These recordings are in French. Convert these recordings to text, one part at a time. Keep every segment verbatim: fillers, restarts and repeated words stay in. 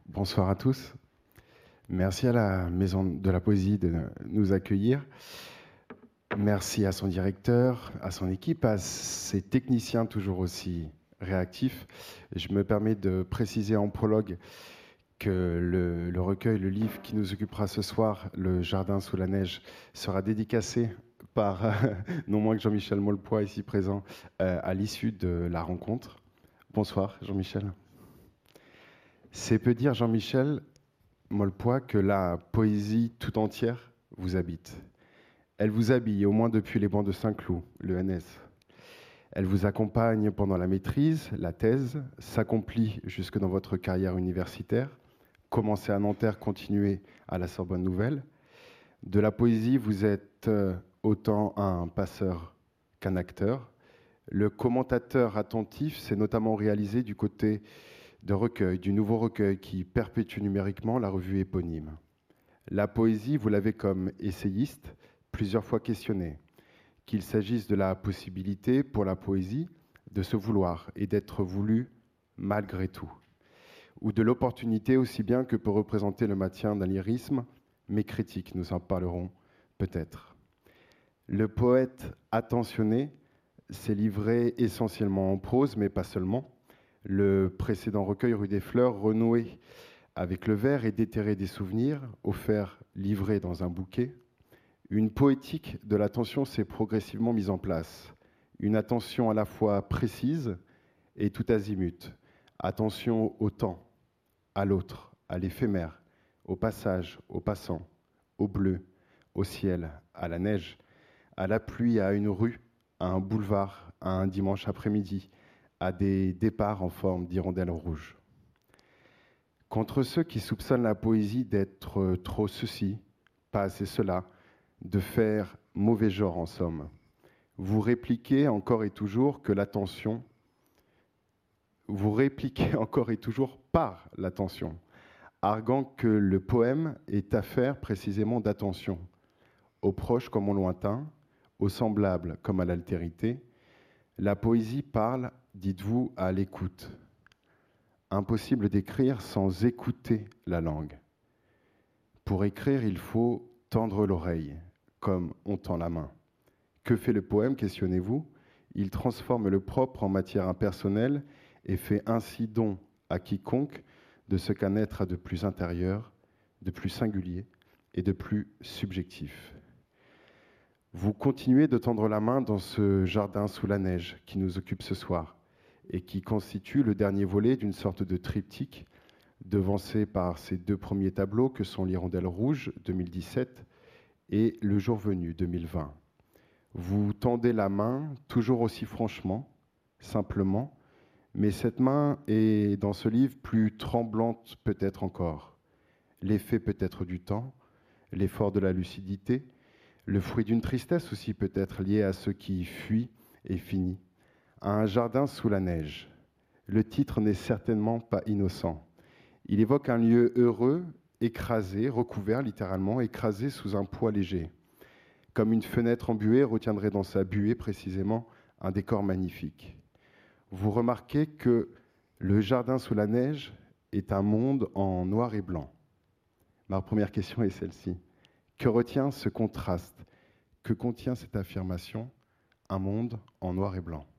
Bonsoir à tous. Merci à la Maison de la Poésie de nous accueillir. Merci à son directeur, à son équipe, à ses techniciens toujours aussi réactifs. Je me permets de préciser en prologue que le, le recueil, le livre qui nous occupera ce soir, Le Jardin sous la neige, sera dédicacé par non moins que Jean-Michel Maulepoix, ici présent, euh, à l'issue de la rencontre. Bonsoir Jean-Michel. C'est peu dire, Jean-Michel Maulepoix, que la poésie tout entière vous habite. Elle vous habille, au moins depuis les bancs de Saint-Cloud, l'E N S. Elle vous accompagne pendant la maîtrise, la thèse, s'accomplit jusque dans votre carrière universitaire, commencez à Nanterre, continuez à la Sorbonne Nouvelle. De la poésie, vous êtes autant un passeur qu'un acteur. Le commentateur attentif s'est notamment réalisé du côté de recueil, du nouveau recueil qui perpétue numériquement la revue éponyme. La poésie, vous l'avez comme essayiste plusieurs fois questionné, qu'il s'agisse de la possibilité pour la poésie de se vouloir et d'être voulu malgré tout, ou de l'opportunité aussi bien que peut représenter le maintien d'un lyrisme, mais critique, nous en parlerons peut-être. Le poète attentionné s'est livré essentiellement en prose, mais pas seulement. Le précédent recueil, Rue des Fleurs, renoué avec le vers et déterré des souvenirs, offert, livré dans un bouquet. Une poétique de l'attention s'est progressivement mise en place. Une attention à la fois précise et tout azimut. Attention au temps, à l'autre, à l'éphémère, au passage, au passant, au bleu, au ciel, à la neige, à la pluie, à une rue, à un boulevard, à un dimanche après-midi, à des départs en forme d'hirondelle rouge. Contre ceux qui soupçonnent la poésie d'être trop ceci, pas assez cela, de faire mauvais genre en somme, vous répliquez encore et toujours que l'attention, vous répliquez encore et toujours par l'attention, arguant que le poème est affaire précisément d'attention, aux proches comme aux lointains, aux semblables comme à l'altérité. La poésie parle, dites-vous, à l'écoute. Impossible d'écrire sans écouter la langue. Pour écrire, il faut tendre l'oreille, comme on tend la main. Que fait le poème, questionnez-vous? Il transforme le propre en matière impersonnelle et fait ainsi don à quiconque de ce qu'un être a de plus intérieur, de plus singulier et de plus subjectif. Vous continuez de tendre la main dans ce jardin sous la neige qui nous occupe ce soir et qui constitue le dernier volet d'une sorte de triptyque devancé par ces deux premiers tableaux que sont l'Hirondelle rouge deux mille dix-sept et Le jour venu deux mille vingt. Vous tendez la main toujours aussi franchement, simplement, mais cette main est dans ce livre plus tremblante peut-être encore. L'effet peut-être du temps, l'effort de la lucidité, le fruit d'une tristesse aussi peut-être liée à ce qui fuit et finit. Un jardin sous la neige. Le titre n'est certainement pas innocent. Il évoque un lieu heureux, écrasé, recouvert littéralement, écrasé sous un poids léger. Comme une fenêtre embuée retiendrait dans sa buée précisément un décor magnifique. Vous remarquez que le jardin sous la neige est un monde en noir et blanc. Ma première question est celle-ci. Que retient ce contraste? Que contient cette affirmation? Un monde en noir et blanc.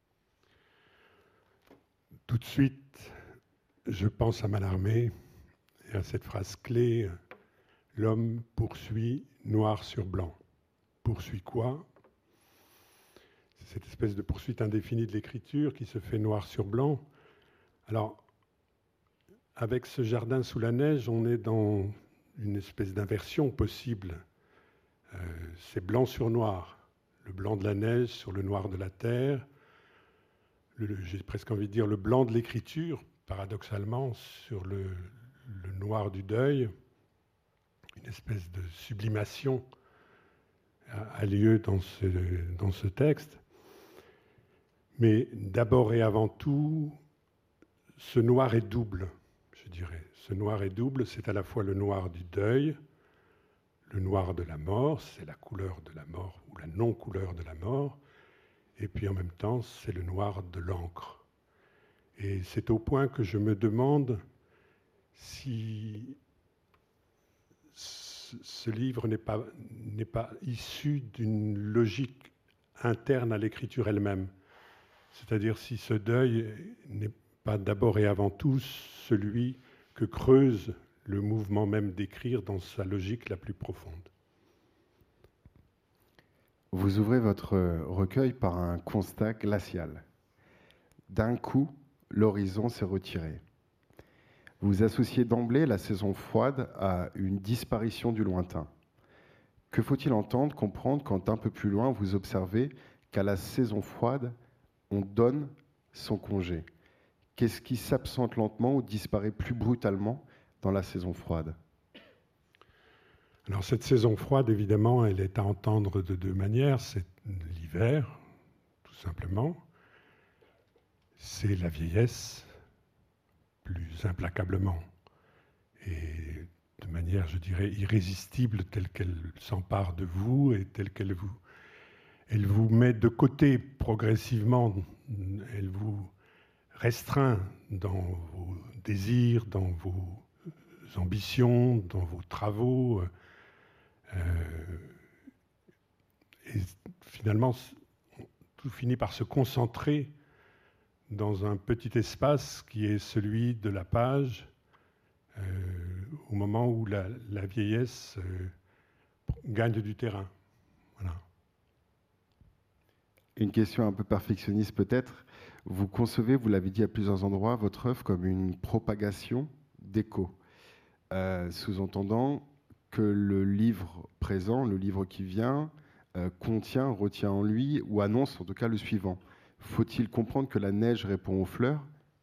Tout de suite, je pense à Mallarmé et à cette phrase clé, l'homme poursuit noir sur blanc. Poursuit quoi? C'est cette espèce de poursuite indéfinie de l'écriture qui se fait noir sur blanc. Alors, avec ce jardin sous la neige, on est dans une espèce d'inversion possible. Euh, c'est blanc sur noir. Le blanc de la neige sur le noir de la terre. Le, j'ai presque envie de dire le blanc de l'écriture, paradoxalement, sur le, le noir du deuil. Une espèce de sublimation a, a lieu dans ce, dans ce texte. Mais d'abord et avant tout, ce noir est double, je dirais. Ce noir est double, c'est à la fois le noir du deuil, le noir de la mort, c'est la couleur de la mort ou la non-couleur de la mort, et puis en même temps, c'est le noir de l'encre. Et c'est au point que je me demande si ce, ce livre n'est pas, n'est pas issu d'une logique interne à l'écriture elle-même. C'est-à-dire si ce deuil n'est pas d'abord et avant tout celui que creuse le mouvement même d'écrire dans sa logique la plus profonde. Vous ouvrez votre recueil par un constat glacial. D'un coup, l'horizon s'est retiré. Vous associez d'emblée la saison froide à une disparition du lointain. Que faut-il entendre, comprendre quand un peu plus loin vous observez qu'à la saison froide, on donne son congé? Qu'est-ce qui s'absente lentement ou disparaît plus brutalement dans la saison froide? Alors cette saison froide, évidemment, elle est à entendre de deux manières. C'est l'hiver, tout simplement. C'est la vieillesse, plus implacablement. Et de manière, je dirais, irrésistible, telle qu'elle s'empare de vous et telle qu'elle vous, elle vous met de côté progressivement. Elle vous restreint dans vos désirs, dans vos ambitions, dans vos travaux. Euh, et finalement, tout finit par se concentrer dans un petit espace qui est celui de la page, euh, au moment où la, la vieillesse euh, gagne du terrain. Voilà. Une question un peu perfectionniste peut-être. Vous concevez, vous l'avez dit à plusieurs endroits, votre œuvre comme une propagation d'écho, euh, sous-entendant que le livre présent, le livre qui vient, euh, contient, retient en lui, ou annonce en tout cas le suivant. Faut-il comprendre que la neige répond aux fleurs?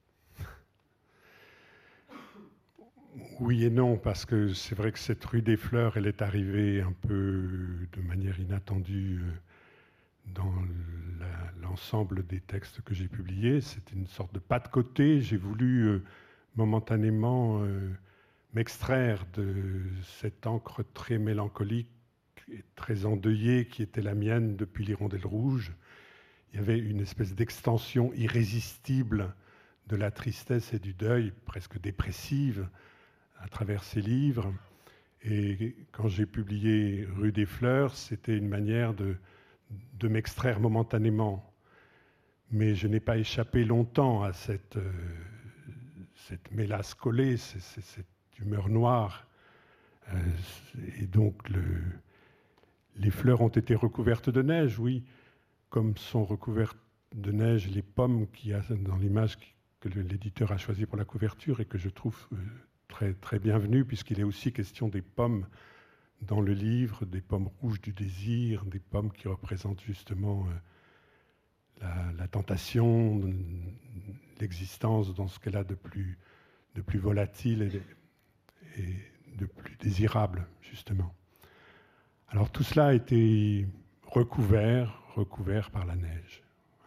Oui et non, parce que c'est vrai que cette rue des fleurs, elle est arrivée un peu de manière inattendue dans la, l'ensemble des textes que j'ai publiés. C'était une sorte de pas de côté. J'ai voulu euh, momentanément euh, m'extraire de cette encre très mélancolique et très endeuillée qui était la mienne depuis l'Hirondelle rouge. Il y avait une espèce d'extension irrésistible de la tristesse et du deuil, presque dépressive, à travers ces livres. Et quand j'ai publié Rue des Fleurs, c'était une manière de, de m'extraire momentanément. Mais je n'ai pas échappé longtemps à cette, euh, cette mélasse collée, c'est, c'est, cette humeur noire. Euh, et donc, le, les fleurs ont été recouvertes de neige, oui, comme sont recouvertes de neige les pommes qu'il y a dans l'image que l'éditeur a choisie pour la couverture et que je trouve euh, très, très bienvenue, puisqu'il est aussi question des pommes dans le livre, des pommes rouges du désir, des pommes qui représentent justement euh, la, la tentation, l'existence dans ce qu'elle a de plus, de plus volatile et, et de plus désirable, justement. Alors tout cela a été recouvert, recouvert par la neige.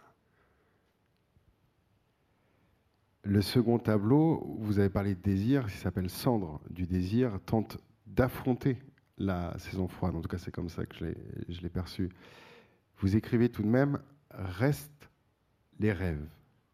Le second tableau, vous avez parlé de désir, qui s'appelle Cendre du désir, tente d'affronter la saison froide. En tout cas, c'est comme ça que je l'ai, je l'ai perçu. Vous écrivez tout de même « Restent les rêves ».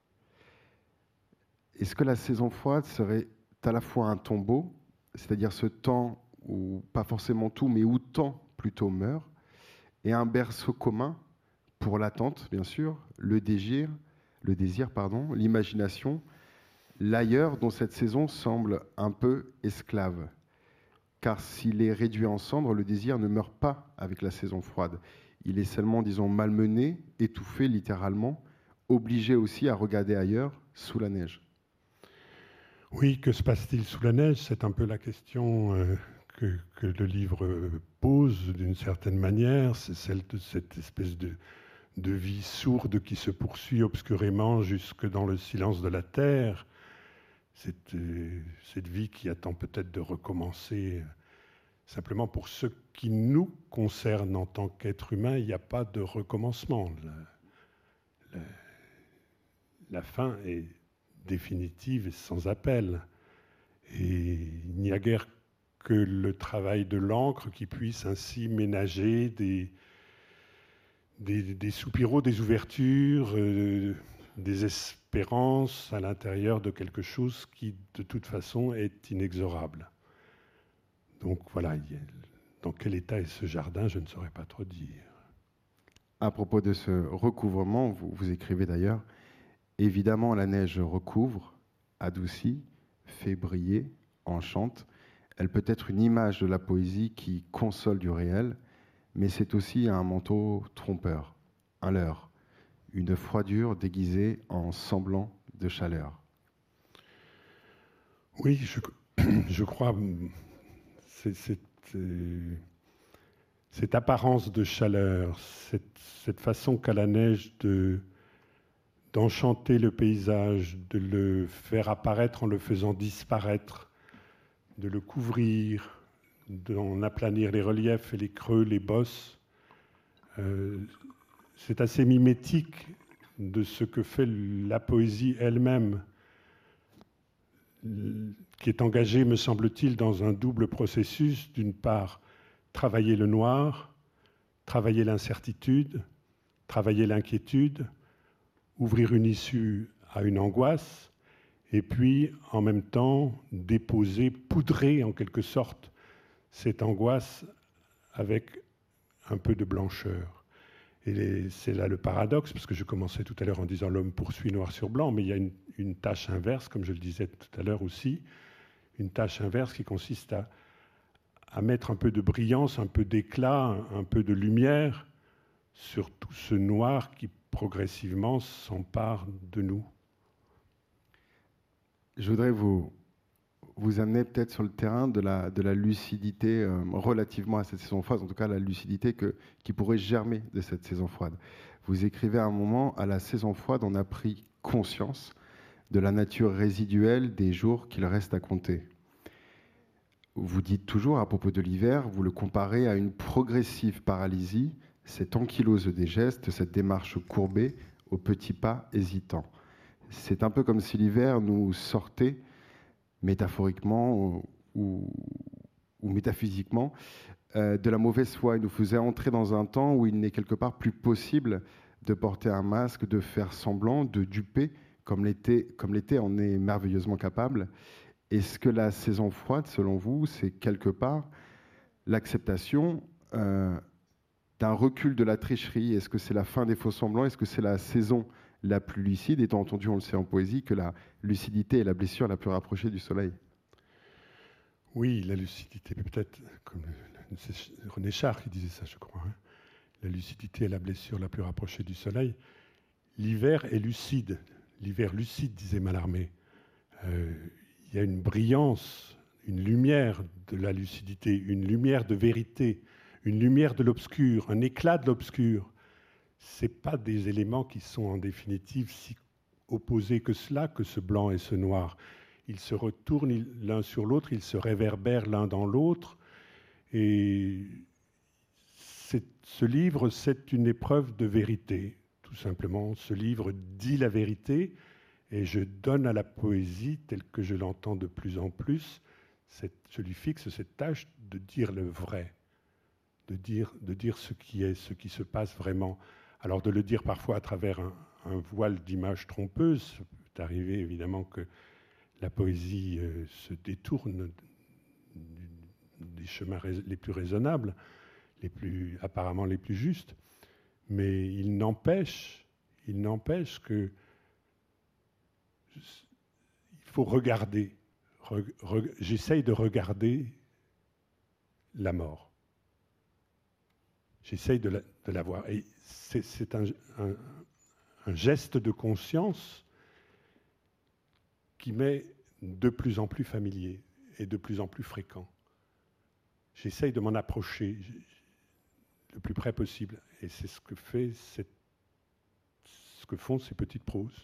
Est-ce que la saison froide serait à la fois un tombeau, c'est-à-dire ce temps où, pas forcément tout, mais où temps plutôt meurt, et un berceau commun pour l'attente, bien sûr, le désir, le désir, pardon, l'imagination, l'ailleurs dont cette saison semble un peu esclave. Car s'il est réduit en cendres, le désir ne meurt pas avec la saison froide. Il est seulement, disons, malmené, étouffé littéralement, obligé aussi à regarder ailleurs, sous la neige. Oui, que se passe-t-il sous la neige? C'est un peu la question euh, que, que le livre pose d'une certaine manière. C'est celle de cette espèce de, de vie sourde qui se poursuit obscurément jusque dans le silence de la terre. Cette, euh, cette vie qui attend peut-être de recommencer. Euh, simplement pour ce qui nous concerne en tant qu'être humain, il n'y a pas de recommencement. La, la, la fin est définitive et sans appel. Et il n'y a guère que le travail de l'encre qui puisse ainsi ménager des, des, des soupiraux, des ouvertures, euh, des, es, espérance à l'intérieur de quelque chose qui, de toute façon, est inexorable. Donc voilà, dans quel état est ce jardin, je ne saurais pas trop dire. À propos de ce recouvrement, vous, vous écrivez d'ailleurs, évidemment la neige recouvre, adoucit, fait briller, enchante. Elle peut être une image de la poésie qui console du réel, mais c'est aussi un manteau trompeur, un leurre, une froidure déguisée en semblant de chaleur. Oui, je, je crois, c'est, c'est, c'est, cette apparence de chaleur, cette, cette façon qu'a la neige de, d'enchanter le paysage, de le faire apparaître en le faisant disparaître, de le couvrir, d'en aplanir les reliefs et les creux, les bosses. Euh, c'est assez mimétique de ce que fait la poésie elle-même, qui est engagée, me semble-t-il, dans un double processus. D'une part, travailler le noir, travailler l'incertitude, travailler l'inquiétude, ouvrir une issue à une angoisse, et puis, en même temps, déposer, poudrer en quelque sorte cette angoisse avec un peu de blancheur. Et les, c'est là le paradoxe, parce que je commençais tout à l'heure en disant l'homme poursuit noir sur blanc, mais il y a une, une tâche inverse, comme je le disais tout à l'heure aussi, une tâche inverse qui consiste à, à mettre un peu de brillance, un peu d'éclat, un, un peu de lumière sur tout ce noir qui progressivement s'empare de nous. Je voudrais vous, vous amener peut-être sur le terrain de la, de la lucidité euh, relativement à cette saison froide, en tout cas la lucidité que, qui pourrait germer de cette saison froide. Vous écrivez à un moment, à la saison froide, on a pris conscience de la nature résiduelle des jours qu'il reste à compter. Vous dites toujours à propos de l'hiver, vous le comparez à une progressive paralysie, cette ankylose des gestes, cette démarche courbée aux petits pas hésitants. C'est un peu comme si l'hiver nous sortait, métaphoriquement ou, ou métaphysiquement, euh, de la mauvaise foi. Il nous faisait entrer dans un temps où il n'est quelque part plus possible de porter un masque, de faire semblant, de duper, comme l'été, comme l'été en est merveilleusement capable. Est-ce que la saison froide, selon vous, c'est quelque part l'acceptation euh, d'un recul de la tricherie? Est-ce que c'est la fin des faux-semblants? Est-ce que c'est la saison la plus lucide, étant entendu, on le sait en poésie, que la lucidité est la blessure la plus rapprochée du soleil? Oui, la lucidité, peut-être, comme c'est René Char qui disait ça, je crois. Hein. La lucidité est la blessure la plus rapprochée du soleil. L'hiver est lucide. L'hiver lucide, disait Mallarmé. Euh, il y a une brillance, une lumière de la lucidité, une lumière de vérité, une lumière de l'obscur, un éclat de l'obscur. Ce n'est pas des éléments qui sont en définitive si opposés que cela, que ce blanc et ce noir. Ils se retournent l'un sur l'autre, ils se réverbèrent l'un dans l'autre. Et ce livre, c'est une épreuve de vérité, tout simplement. Ce livre dit la vérité, et je donne à la poésie, telle que je l'entends de plus en plus, cette, je lui fixe cette tâche de dire le vrai, de dire, de dire ce qui est, ce qui se passe vraiment. Alors de le dire parfois à travers un, un voile d'images trompeuses. C'est arrivé évidemment que la poésie euh, se détourne des chemins les plus raisonnables, les plus, apparemment les plus justes. Mais il n'empêche, il n'empêche que il faut regarder. Re, re, j'essaye de regarder la mort. J'essaye de la, de la voir. Et c'est, c'est un, un, un geste de conscience qui m'est de plus en plus familier et de plus en plus fréquent. J'essaye de m'en approcher le plus près possible. Et c'est ce que fait cette, ce que font ces petites proses.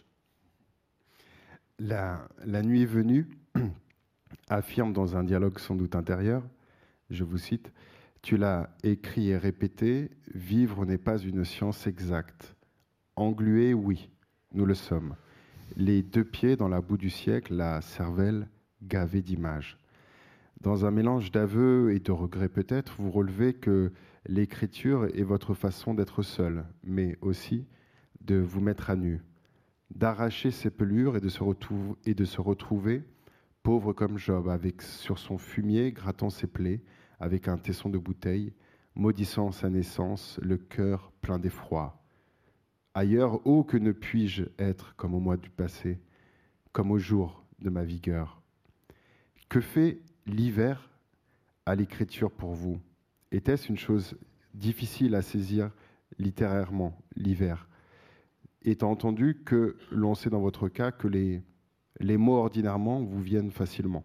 La, la nuit est venue affirme dans un dialogue sans doute intérieur, je vous cite, « Tu l'as écrit et répété, vivre n'est pas une science exacte. Englué, oui, nous le sommes. Les deux pieds dans la boue du siècle, la cervelle gavée d'images. Dans un mélange d'aveux et de regrets peut-être, vous relevez que l'écriture est votre façon d'être seul, mais aussi de vous mettre à nu. d'arracher ses pelures et de se, retrouver, et de se retrouver, pauvre comme Job, avec sur son fumier grattant ses plaies, avec un tesson de bouteille, maudissant sa naissance, le cœur plein d'effroi. Ailleurs, oh, que ne puis-je être comme au mois du passé, comme au jour de ma vigueur. Que fait l'hiver à l'écriture pour vous? Était-ce une chose difficile à saisir littérairement, l'hiver? Étant entendu que l'on sait dans votre cas que les, les mots ordinairement vous viennent facilement.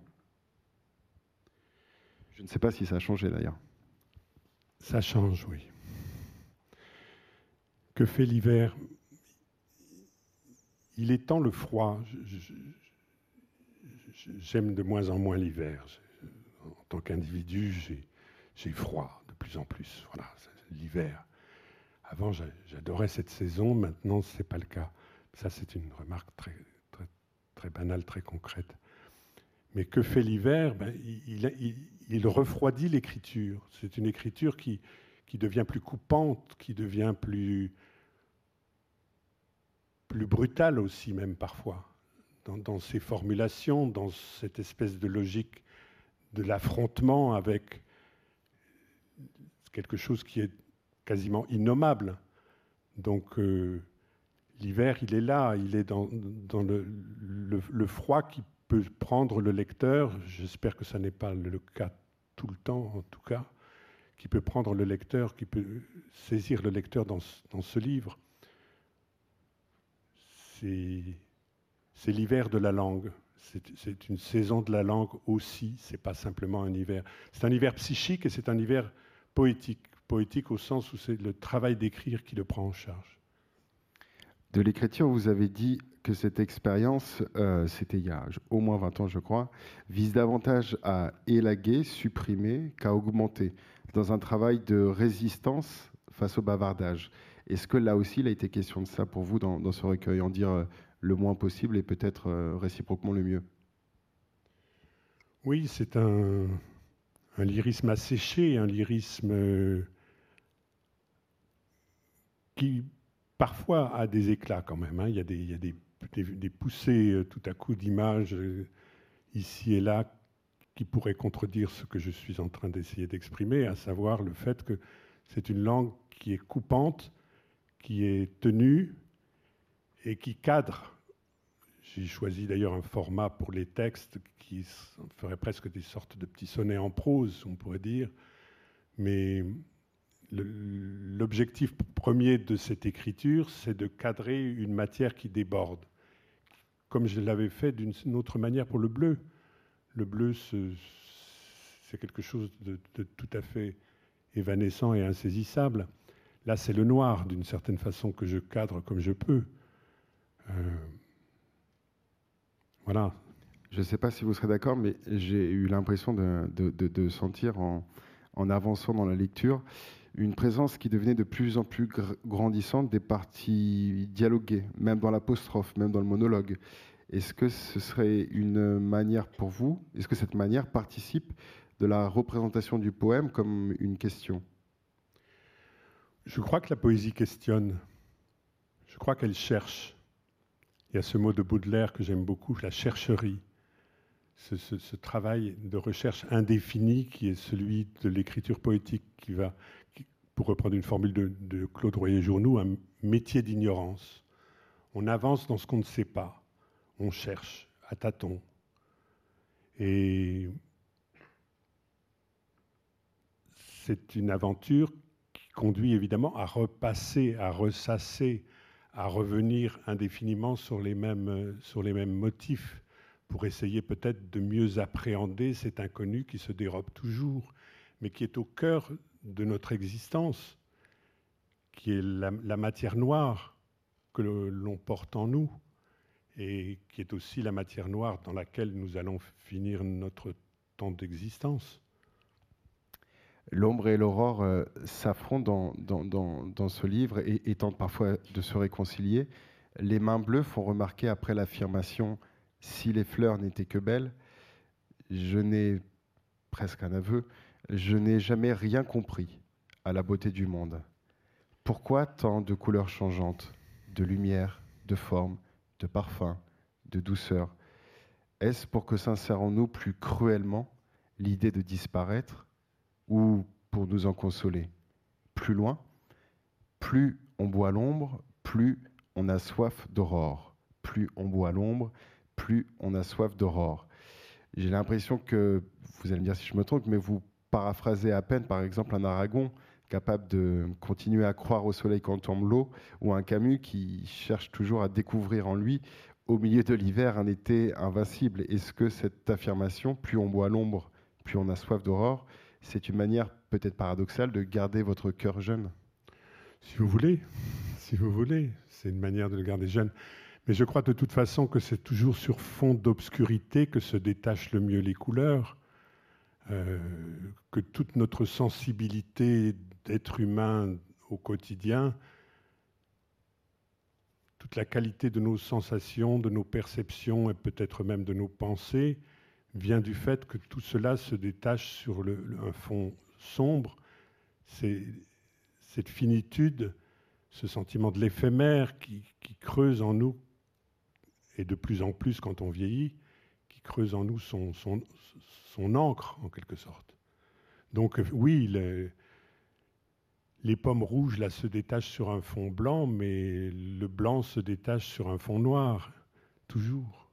Je ne sais pas si ça a changé d'ailleurs. Ça change, oui. Que fait l'hiver? Il est temps le froid. Je, je, je, j'aime de moins en moins l'hiver. En tant qu'individu, j'ai, j'ai froid de plus en plus. Voilà, l'hiver. Avant, j'adorais cette saison. Maintenant, ce n'est pas le cas. Ça, c'est une remarque très, très, très banale, très concrète. Mais que fait l'hiver? Ben, il, il, il refroidit l'écriture. C'est une écriture qui, qui devient plus coupante, qui devient plus, plus brutale aussi, même parfois, dans, dans ses formulations, dans cette espèce de logique de l'affrontement avec quelque chose qui est quasiment innommable. Donc euh, l'hiver, il est là, il est dans, dans le, le, le froid qui peut prendre le lecteur, j'espère que ça n'est pas le cas tout le temps en tout cas, qui peut prendre le lecteur, qui peut saisir le lecteur dans, dans ce livre. C'est, c'est l'hiver de la langue, c'est, c'est une saison de la langue aussi, c'est pas simplement un hiver. C'est un hiver psychique et c'est un hiver poétique, poétique au sens où c'est le travail d'écrire qui le prend en charge. De l'écriture, vous avez dit que cette expérience, euh, c'était il y a au moins vingt ans, je crois, vise davantage à élaguer, supprimer, qu'à augmenter, dans un travail de résistance face au bavardage. Est-ce que là aussi, il a été question de ça pour vous dans, dans ce recueil, en dire euh, le moins possible et peut-être euh, réciproquement le mieux? Oui, c'est un, un lyrisme asséché, un lyrisme euh, qui parfois a des éclats quand même. Hein. Il y a des, il y a des, des, des poussées euh, tout à coup d'images euh, ici et là qui pourraient contredire ce que je suis en train d'essayer d'exprimer, à savoir le fait que c'est une langue qui est coupante, qui est tenue et qui cadre. J'ai choisi d'ailleurs un format pour les textes qui ferait presque des sortes de petits sonnets en prose, on pourrait dire. Mais le, l'objectif premier de cette écriture, c'est de cadrer une matière qui déborde, comme je l'avais fait d'une autre manière pour le bleu. Le bleu, c'est quelque chose de, de tout à fait évanescent et insaisissable. Là, c'est le noir, d'une certaine façon, que je cadre comme je peux. Euh, voilà. Je ne sais pas si vous serez d'accord, mais j'ai eu l'impression de, de, de, de sentir, en, en avançant dans la lecture, une présence qui devenait de plus en plus gr- grandissante des parties dialoguées, même dans l'apostrophe, même dans le monologue. Est-ce que ce serait une manière pour vous, est-ce que cette manière participe de la représentation du poème comme une question? Je crois que la poésie questionne. Je crois qu'elle cherche. Il y a ce mot de Baudelaire que j'aime beaucoup, la chercherie. Ce, ce, ce travail de recherche indéfini qui est celui de l'écriture poétique, qui va, qui, pour reprendre une formule de, de Claude Royer-Journoux, un métier d'ignorance. On avance dans ce qu'on ne sait pas. On cherche à tâtons. Et c'est une aventure qui conduit évidemment à repasser, à ressasser, à revenir indéfiniment sur les mêmes, sur les mêmes motifs pour essayer peut-être de mieux appréhender cet inconnu qui se dérobe toujours, mais qui est au cœur de notre existence, qui est la, la matière noire que l'on porte en nous et qui est aussi la matière noire dans laquelle nous allons finir notre temps d'existence. L'ombre et l'aurore euh, s'affrontent dans, dans, dans, dans ce livre et, et tentent parfois de se réconcilier. Les mains bleues font remarquer après l'affirmation « si les fleurs n'étaient que belles », je n'ai, presque un aveu, je n'ai jamais rien compris à la beauté du monde. Pourquoi tant de couleurs changeantes, de lumière, de forme, de parfum, de douceur. Est-ce pour que s'insère-nous plus cruellement l'idée de disparaître ou pour nous en consoler? Plus loin, plus on boit l'ombre, plus on a soif d'aurore. Plus on boit l'ombre, plus on a soif d'aurore. J'ai l'impression que, vous allez me dire si je me trompe, mais vous paraphrasez à peine, par exemple, un Aragon capable de continuer à croire au soleil quand tombe l'eau, ou un Camus qui cherche toujours à découvrir en lui, au milieu de l'hiver, un été invincible. Est-ce que cette affirmation, plus on boit l'ombre, plus on a soif d'aurore, c'est une manière peut-être paradoxale de garder votre cœur jeune? Si vous voulez, si vous voulez, c'est une manière de le garder jeune. Mais je crois de toute façon que c'est toujours sur fond d'obscurité que se détachent le mieux les couleurs, euh, que toute notre sensibilité d'être humain au quotidien, toute la qualité de nos sensations, de nos perceptions et peut-être même de nos pensées vient du fait que tout cela se détache sur le, le, un fond sombre. C'est cette finitude, ce sentiment de l'éphémère qui, qui creuse en nous, et de plus en plus quand on vieillit, qui creuse en nous son, son, son encre, en quelque sorte. Donc oui, les, les pommes rouges là, se détachent sur un fond blanc, mais le blanc se détache sur un fond noir, toujours.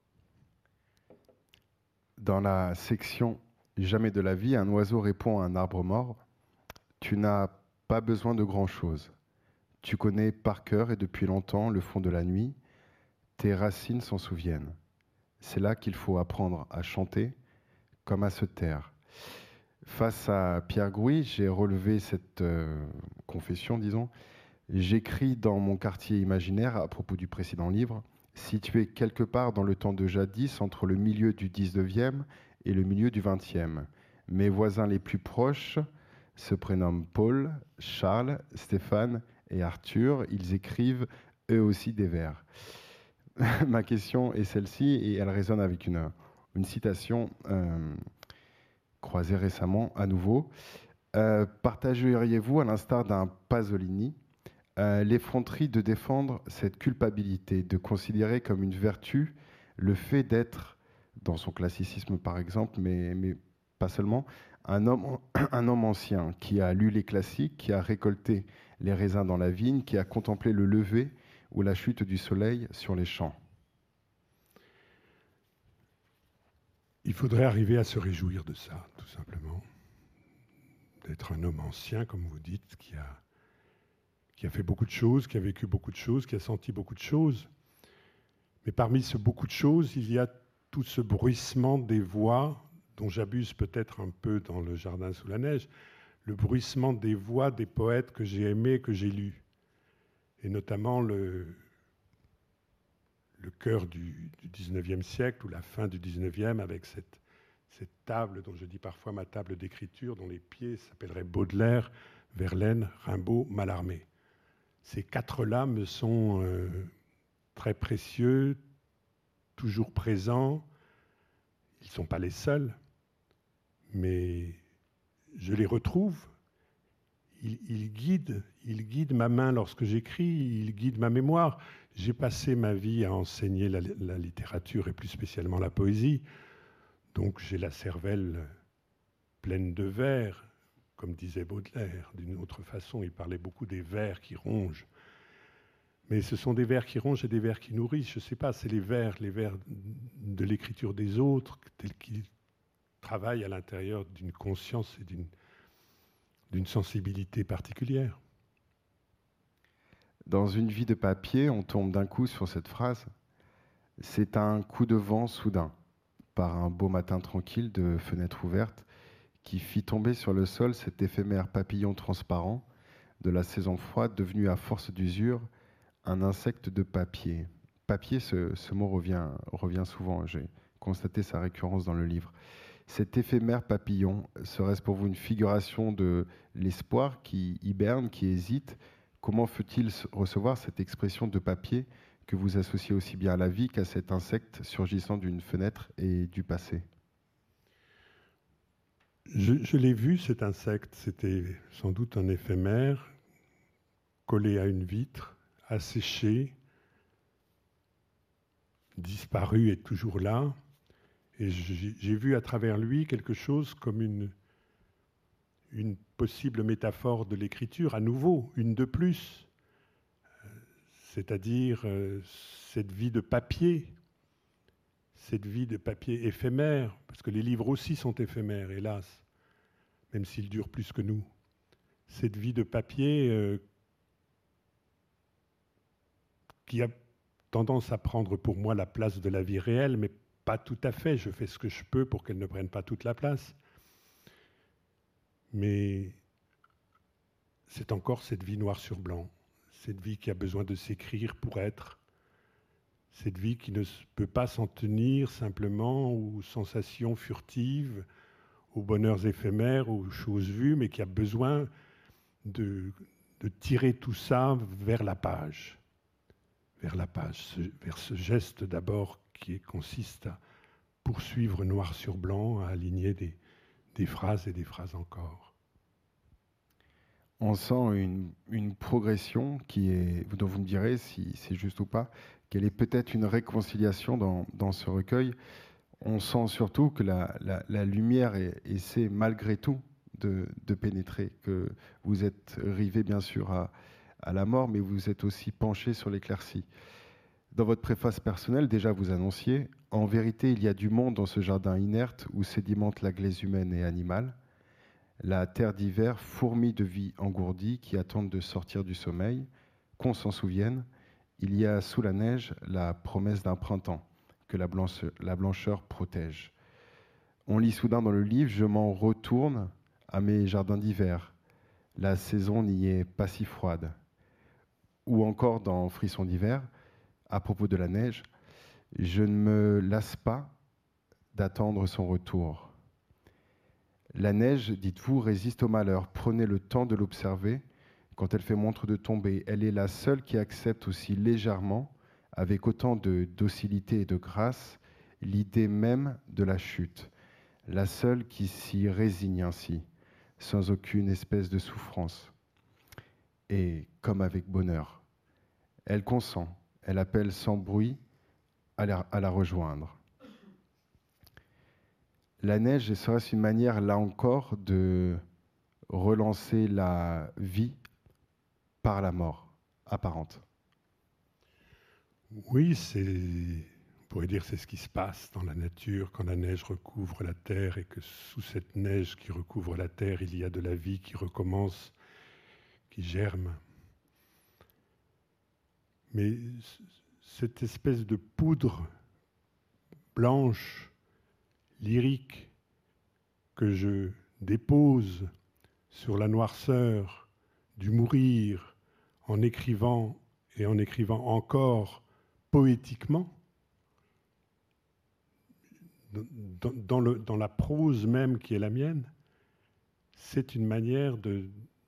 Dans la section « Jamais de la vie », un oiseau répond à un arbre mort « Tu n'as pas besoin de grand-chose. Tu connais par cœur et depuis longtemps le fond de la nuit. Tes racines s'en souviennent. C'est là qu'il faut apprendre à chanter comme à se taire. » Face à Pierre Gouy, j'ai relevé cette euh, confession, disons. J'écris dans mon quartier imaginaire, à propos du précédent livre, situé quelque part dans le temps de jadis, entre le milieu du dix-neuvième et le milieu du vingtième. Mes voisins les plus proches se prénomment Paul, Charles, Stéphane et Arthur. Ils écrivent eux aussi des vers. Ma question est celle-ci et elle résonne avec une, une citation euh, croisée récemment à nouveau. Euh, partageriez-vous, à l'instar d'un Pasolini, euh, l'effronterie de défendre cette culpabilité, de considérer comme une vertu le fait d'être, dans son classicisme par exemple, mais, mais pas seulement, un homme, un homme ancien qui a lu les classiques, qui a récolté les raisins dans la vigne, qui a contemplé le lever ou la chute du soleil sur les champs? Il faudrait arriver à se réjouir de ça, tout simplement. D'être un homme ancien, comme vous dites, qui a, qui a fait beaucoup de choses, qui a vécu beaucoup de choses, qui a senti beaucoup de choses. Mais parmi ce beaucoup de choses, il y a tout ce bruissement des voix, dont j'abuse peut-être un peu dans Le Jardin sous la neige, le bruissement des voix des poètes que j'ai aimés, que j'ai lus. Et notamment le, le cœur du, du dix-neuvième siècle, ou la fin du dix-neuvième, avec cette, cette table dont je dis parfois ma table d'écriture, dont les pieds s'appelleraient Baudelaire, Verlaine, Rimbaud, Mallarmé. Ces quatre-là me sont euh, très précieux, toujours présents. Ils ne sont pas les seuls, mais je les retrouve. Ils, ils, guident, ils guident ma main lorsque j'écris, ils guident ma mémoire. J'ai passé ma vie à enseigner la, la littérature et plus spécialement la poésie. Donc j'ai la cervelle pleine de vers, comme disait Baudelaire. D'une autre façon, il parlait beaucoup des vers qui rongent. Mais ce sont des vers qui rongent et des vers qui nourrissent. Je ne sais pas, c'est les vers, les vers de l'écriture des autres, tels qu'ils travaillent à l'intérieur d'une conscience et d'une, d'une sensibilité particulière. Dans Une vie de papier, on tombe d'un coup sur cette phrase. C'est un coup de vent soudain, par un beau matin tranquille de fenêtre ouverte, qui fit tomber sur le sol cet éphémère papillon transparent de la saison froide, devenu à force d'usure un insecte de papier. Papier, ce, ce mot revient, revient souvent, j'ai constaté sa récurrence dans le livre. Cet éphémère papillon, serait-ce pour vous une figuration de l'espoir qui hiberne, qui hésite? Comment faut-il recevoir cette expression de papier que vous associez aussi bien à la vie qu'à cet insecte surgissant d'une fenêtre et du passé? Je, je l'ai vu, cet insecte. C'était sans doute un éphémère collé à une vitre, asséché, disparu est toujours là. Et j'ai vu à travers lui quelque chose comme une, une possible métaphore de l'écriture, à nouveau, une de plus. C'est-à-dire euh, cette vie de papier, cette vie de papier éphémère, parce que les livres aussi sont éphémères, hélas, même s'ils durent plus que nous. Cette vie de papier euh, qui a tendance à prendre pour moi la place de la vie réelle, mais pas tout à fait. Je fais ce que je peux pour qu'elle ne prenne pas toute la place. Mais c'est encore cette vie noir sur blanc, cette vie qui a besoin de s'écrire pour être, cette vie qui ne peut pas s'en tenir simplement aux sensations furtives, aux bonheurs éphémères, aux choses vues, mais qui a besoin de, de tirer tout ça vers la page, vers la page, ce, vers ce geste d'abord qui consiste à poursuivre noir sur blanc, à aligner des, des phrases et des phrases encore. On sent une, une progression qui est, dont vous me direz si c'est juste ou pas, qu'elle est peut-être une réconciliation dans, dans ce recueil. On sent surtout que la, la, la lumière est, essaie malgré tout de, de pénétrer, que vous êtes rivé bien sûr à, à la mort, mais vous êtes aussi penché sur l'éclaircie. Dans votre préface personnelle, déjà vous annonciez, en vérité il y a du monde dans ce jardin inerte où sédimente la glaise humaine et animale. La terre d'hiver fourmille de vie engourdie qui attendent de sortir du sommeil. Qu'on s'en souvienne, il y a sous la neige la promesse d'un printemps que la blancheur, la blancheur protège. On lit soudain dans le livre « Je m'en retourne à mes jardins d'hiver. La saison n'y est pas si froide. » Ou encore dans « Frisson d'hiver », à propos de la neige, « Je ne me lasse pas d'attendre son retour. » La neige, dites-vous, résiste au malheur. Prenez le temps de l'observer. Quand elle fait montre de tomber, elle est la seule qui accepte aussi légèrement, avec autant de docilité et de grâce, l'idée même de la chute. La seule qui s'y résigne ainsi, sans aucune espèce de souffrance. Et comme avec bonheur, elle consent, elle appelle sans bruit à la, à la rejoindre. La neige serait-ce une manière, là encore, de relancer la vie par la mort apparente? Oui, c'est, on pourrait dire c'est ce qui se passe dans la nature quand la neige recouvre la terre et que sous cette neige qui recouvre la terre, il y a de la vie qui recommence, qui germe. Mais cette espèce de poudre blanche, lyrique, que je dépose sur la noirceur du mourir en écrivant et en écrivant encore poétiquement, dans, dans, le, dans la prose même qui est la mienne, c'est une manière de,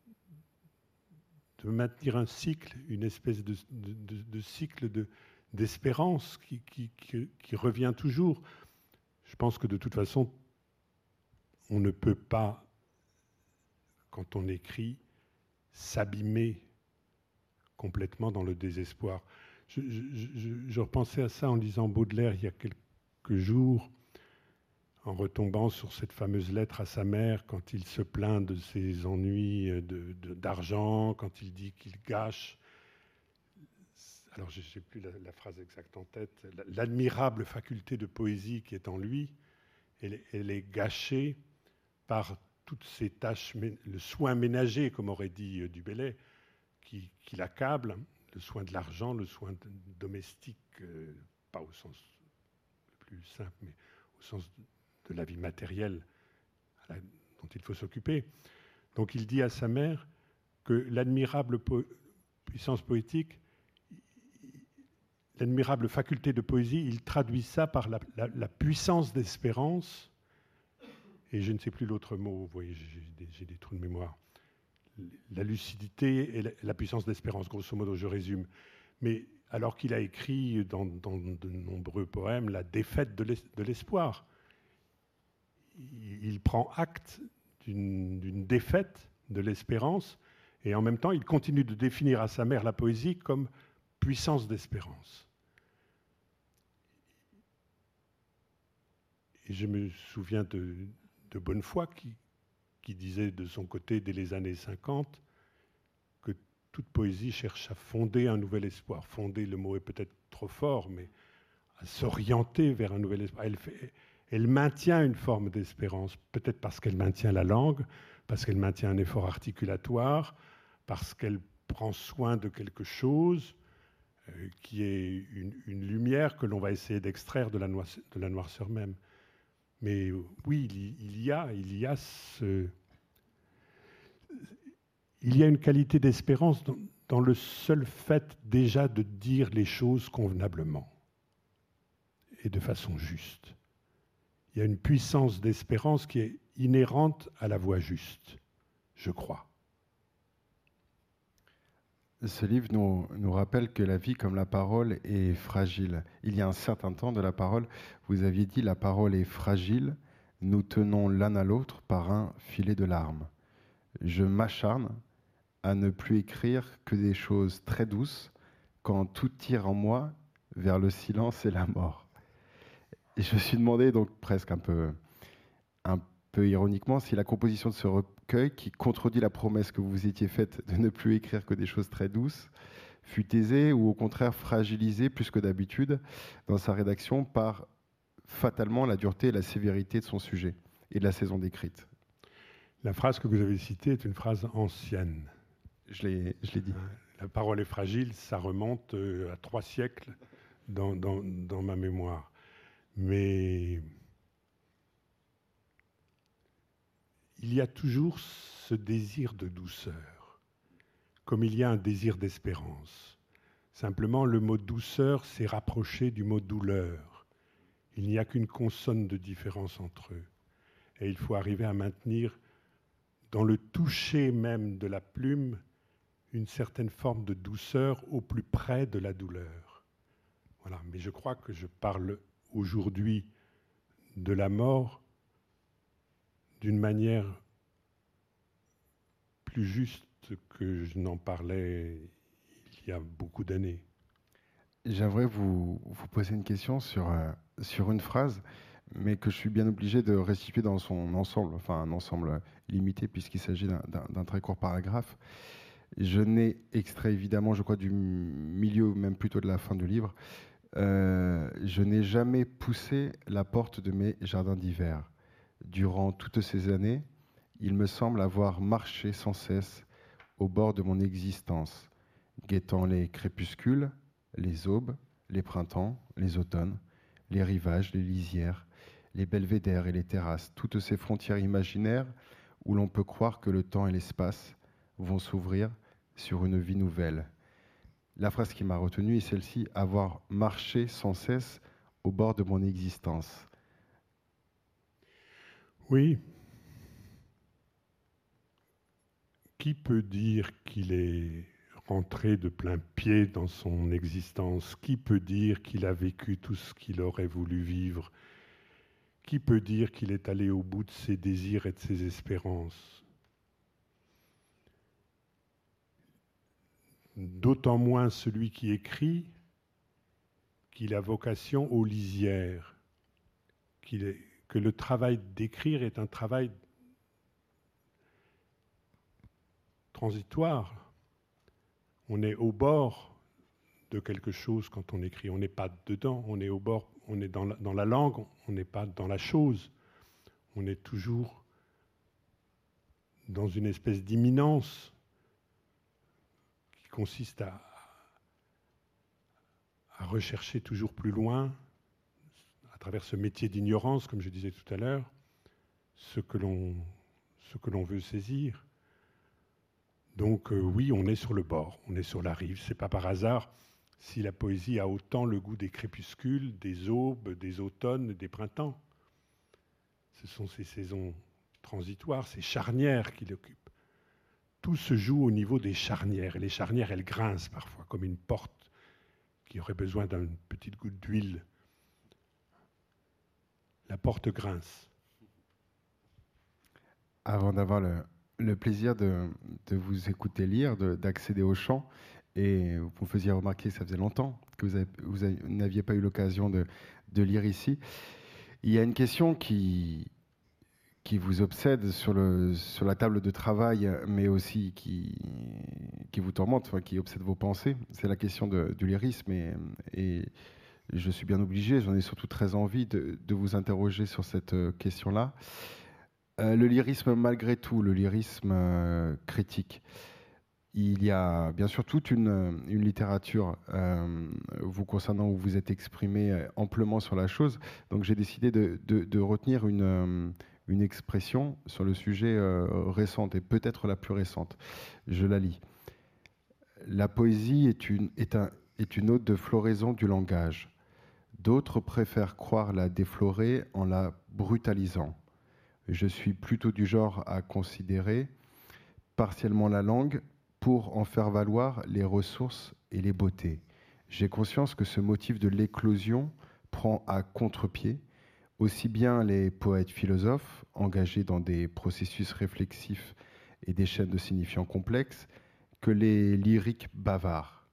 de maintenir un cycle, une espèce de, de, de, de cycle de, d'espérance qui, qui, qui, qui revient toujours. Je pense que de toute façon, on ne peut pas, quand on écrit, s'abîmer complètement dans le désespoir. Je, je, je, je repensais à ça en lisant Baudelaire il y a quelques jours, en retombant sur cette fameuse lettre à sa mère quand il se plaint de ses ennuis de, de, d'argent, quand il dit qu'il gâche. Alors je n'ai plus la, la phrase exacte en tête. L'admirable faculté de poésie qui est en lui, elle, elle est gâchée par toutes ces tâches, le soin ménager, comme aurait dit Du Bellay, qui, qui l'accable, le soin de l'argent, le soin de, domestique, euh, pas au sens le plus simple, mais au sens de, de la vie matérielle la, dont il faut s'occuper. Donc il dit à sa mère que l'admirable po- puissance poétique, l'admirable faculté de poésie, il traduit ça par la, la, la puissance d'espérance, et je ne sais plus l'autre mot, vous voyez, j'ai des, j'ai des trous de mémoire. La lucidité et la, la puissance d'espérance, grosso modo, je résume. Mais alors qu'il a écrit dans, dans de nombreux poèmes la défaite de, l'es, de l'espoir, il, il prend acte d'une, d'une défaite de l'espérance, et en même temps, il continue de définir à sa mère la poésie comme puissance d'espérance. et je me souviens de, de Bonnefoy qui, qui disait de son côté, dès les années cinquante, que toute poésie cherche à fonder un nouvel espoir. Fonder, le mot est peut-être trop fort, mais à s'orienter vers un nouvel espoir. Elle, fait, elle maintient une forme d'espérance, peut-être parce qu'elle maintient la langue, parce qu'elle maintient un effort articulatoire, parce qu'elle prend soin de quelque chose euh, qui est une, une lumière que l'on va essayer d'extraire de la, noirceur, de la noirceur même. Mais euh, oui, il, il, y a, il y a ce... Il y a une qualité d'espérance dans, dans le seul fait déjà de dire les choses convenablement et de façon juste. Il y a une puissance d'espérance qui est inhérente à la voix juste, je crois. Ce livre nous, nous rappelle que la vie comme la parole est fragile. Il y a un certain temps de la parole, vous aviez dit la parole est fragile, nous tenons l'un à l'autre par un filet de larmes. Je m'acharne à ne plus écrire que des choses très douces quand tout tire en moi vers le silence et la mort. Et je me suis demandé, donc presque un peu, un peu ironiquement, si la composition de ce recueil, qui contredit la promesse que vous vous étiez faite de ne plus écrire que des choses très douces, fut aisée ou au contraire fragilisée plus que d'habitude dans sa rédaction par fatalement la dureté et la sévérité de son sujet et de la saison décrite. La phrase que vous avez citée est une phrase ancienne. Je l'ai, je l'ai dit. La parole est fragile, ça remonte à trois siècles dans, dans, dans ma mémoire. Mais il y a toujours ce désir de douceur, comme il y a un désir d'espérance. Simplement, le mot douceur s'est rapproché du mot douleur. Il n'y a qu'une consonne de différence entre eux. Et il faut arriver à maintenir, dans le toucher même de la plume, une certaine forme de douceur au plus près de la douleur. Voilà. Mais je crois que je parle aujourd'hui de la mort d'une manière plus juste que je n'en parlais il y a beaucoup d'années. J'aimerais vous, vous poser une question sur, euh, sur une phrase, mais que je suis bien obligé de restituer dans son ensemble, enfin un ensemble limité puisqu'il s'agit d'un, d'un, d'un très court paragraphe. Je n'ai extrait évidemment, je crois, du milieu, même plutôt de la fin du livre. Euh, je n'ai jamais poussé la porte de mes jardins d'hiver. Durant toutes ces années, il me semble avoir marché sans cesse au bord de mon existence, guettant les crépuscules, les aubes, les printemps, les automnes, les rivages, les lisières, les belvédères et les terrasses, toutes ces frontières imaginaires où l'on peut croire que le temps et l'espace vont s'ouvrir sur une vie nouvelle. La phrase qui m'a retenu est celle-ci, avoir marché sans cesse au bord de mon existence. Oui. Qui peut dire qu'il est rentré de plein pied dans son existence? Qui peut dire qu'il a vécu tout ce qu'il aurait voulu vivre? Qui peut dire qu'il est allé au bout de ses désirs et de ses espérances? D'autant moins celui qui écrit qu'il a vocation aux lisières, qu'il est, que le travail d'écrire est un travail transitoire. On est au bord de quelque chose quand on écrit. On n'est pas dedans, on est au bord, on est dans la, dans la langue, on n'est pas dans la chose. On est toujours dans une espèce d'imminence qui consiste à, à rechercher toujours plus loin, à travers ce métier d'ignorance, comme je disais tout à l'heure, ce que l'on, ce que l'on veut saisir. Donc euh, oui, on est sur le bord, on est sur la rive. C'est pas par hasard si la poésie a autant le goût des crépuscules, des aubes, des automnes, des printemps. Ce sont ces saisons transitoires, ces charnières qui l'occupent. Tout se joue au niveau des charnières. Et les charnières, elles grincent parfois, comme une porte qui aurait besoin d'une petite goutte d'huile. La porte grince. Avant d'avoir le, le plaisir de, de vous écouter lire, de, d'accéder au chant, et vous me faisiez remarquer que ça faisait longtemps que vous, avez, vous avez, n'aviez pas eu l'occasion de, de lire ici. Il y a une question qui, qui vous obsède sur, le, sur la table de travail, mais aussi qui, qui vous tourmente, enfin, qui obsède vos pensées. C'est la question de, du lyrisme. Et, et je suis bien obligé, j'en ai surtout très envie de, de vous interroger sur cette question-là. Euh, le lyrisme, malgré tout, le lyrisme euh, critique. Il y a bien sûr toute une, une littérature euh, vous concernant où vous êtes exprimé amplement sur la chose. Donc j'ai décidé de, de, de retenir une, une expression sur le sujet euh, récente et peut-être la plus récente. Je la lis. La poésie est une, est un, est une ode de floraison du langage. D'autres préfèrent croire la déflorer en la brutalisant. Je suis plutôt du genre à considérer partiellement la langue pour en faire valoir les ressources et les beautés. J'ai conscience que ce motif de l'éclosion prend à contre-pied aussi bien les poètes philosophes engagés dans des processus réflexifs et des chaînes de signifiants complexes que les lyriques bavards,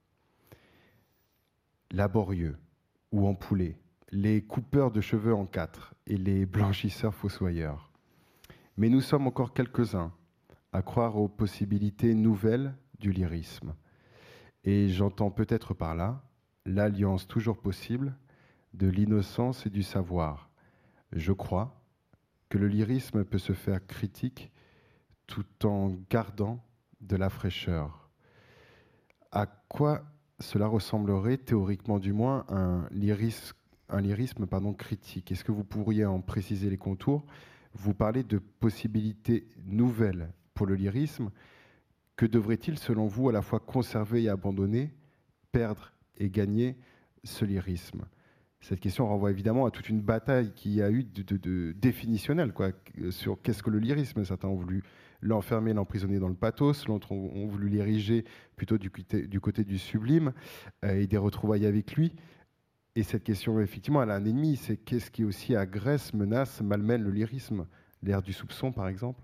laborieux ou empoulés, les coupeurs de cheveux en quatre et les blanchisseurs fossoyeurs. Mais nous sommes encore quelques-uns à croire aux possibilités nouvelles du lyrisme. Et j'entends peut-être par là l'alliance toujours possible de l'innocence et du savoir. Je crois que le lyrisme peut se faire critique tout en gardant de la fraîcheur. À quoi cela ressemblerait, théoriquement du moins, un lyrisme, un lyrisme pardon, critique? Est-ce que vous pourriez en préciser les contours? Vous parlez de possibilités nouvelles pour le lyrisme. Que devrait-il, selon vous, à la fois conserver et abandonner, perdre et gagner ce lyrisme? Cette question renvoie évidemment à toute une bataille qu'il y a eu de, de, de définitionnelle, quoi, sur qu'est-ce que le lyrisme. Certains ont voulu l'enfermer, l'emprisonner dans le pathos, d'autres ont, ont voulu l'ériger plutôt du côté, du côté du sublime euh, et des retrouvailles avec lui. Et cette question, effectivement, elle a un ennemi, c'est qu'est-ce qui aussi agresse, menace, malmène le lyrisme? L'ère du soupçon, par exemple?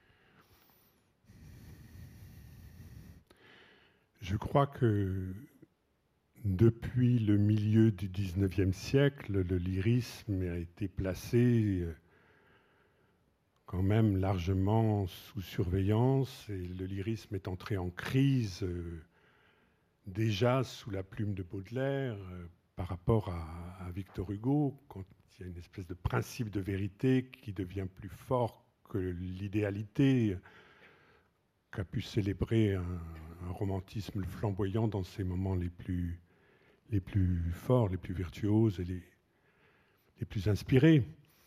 Je crois que depuis le milieu du dix-neuvième siècle, le lyrisme a été placé quand même largement sous surveillance et le lyrisme est entré en crise déjà sous la plume de Baudelaire par rapport à, à Victor Hugo, quand il y a une espèce de principe de vérité qui devient plus fort que l'idéalité qu'a pu célébrer un, un romantisme flamboyant dans ses moments les plus, les plus forts, les plus virtuoses et les, les plus inspirés.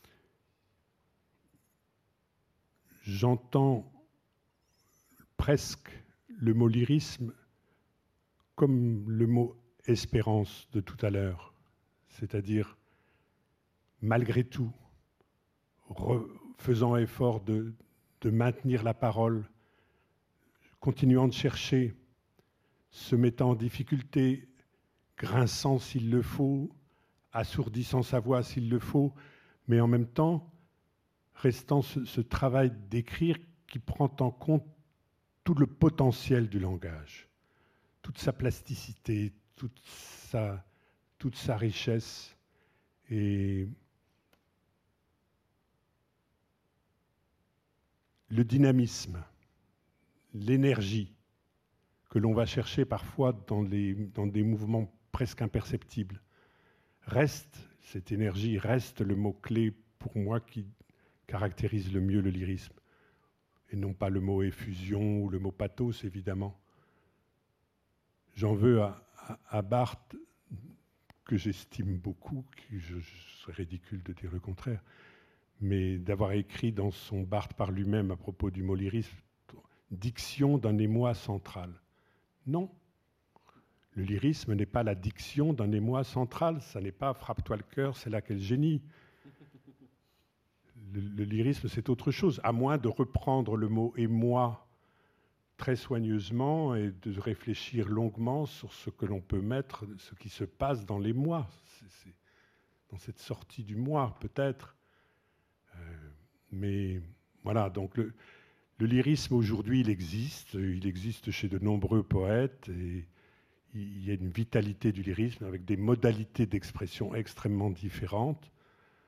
J'entends presque le mot lyrisme comme le mot espérance de tout à l'heure, c'est-à-dire malgré tout, faisant effort de, de maintenir la parole, continuant de chercher, se mettant en difficulté, grinçant s'il le faut, assourdissant sa voix s'il le faut, mais en même temps, restant ce, ce travail d'écrire qui prend en compte tout le potentiel du langage, toute sa plasticité, toute sa, toute sa richesse. Et le dynamisme, l'énergie que l'on va chercher parfois dans, les, dans des mouvements presque imperceptibles, reste, cette énergie reste le mot-clé pour moi qui caractérise le mieux le lyrisme, et non pas le mot effusion ou le mot pathos, évidemment. J'en veux à, à, à Barthes, que j'estime beaucoup, que je, je serais ridicule de dire le contraire, mais d'avoir écrit dans son Barthes par lui-même à propos du mot lyrisme, diction d'un émoi central. Non, le lyrisme n'est pas la diction d'un émoi central, ça n'est pas frappe-toi le cœur, c'est là qu'est le génie. Le, le lyrisme, c'est autre chose, à moins de reprendre le mot émoi très soigneusement et de réfléchir longuement sur ce que l'on peut mettre, ce qui se passe dans les mois, c'est, c'est dans cette sortie du moi, peut-être. Euh, mais voilà, donc le, le lyrisme aujourd'hui, il existe, il existe chez de nombreux poètes et il y a une vitalité du lyrisme avec des modalités d'expression extrêmement différentes.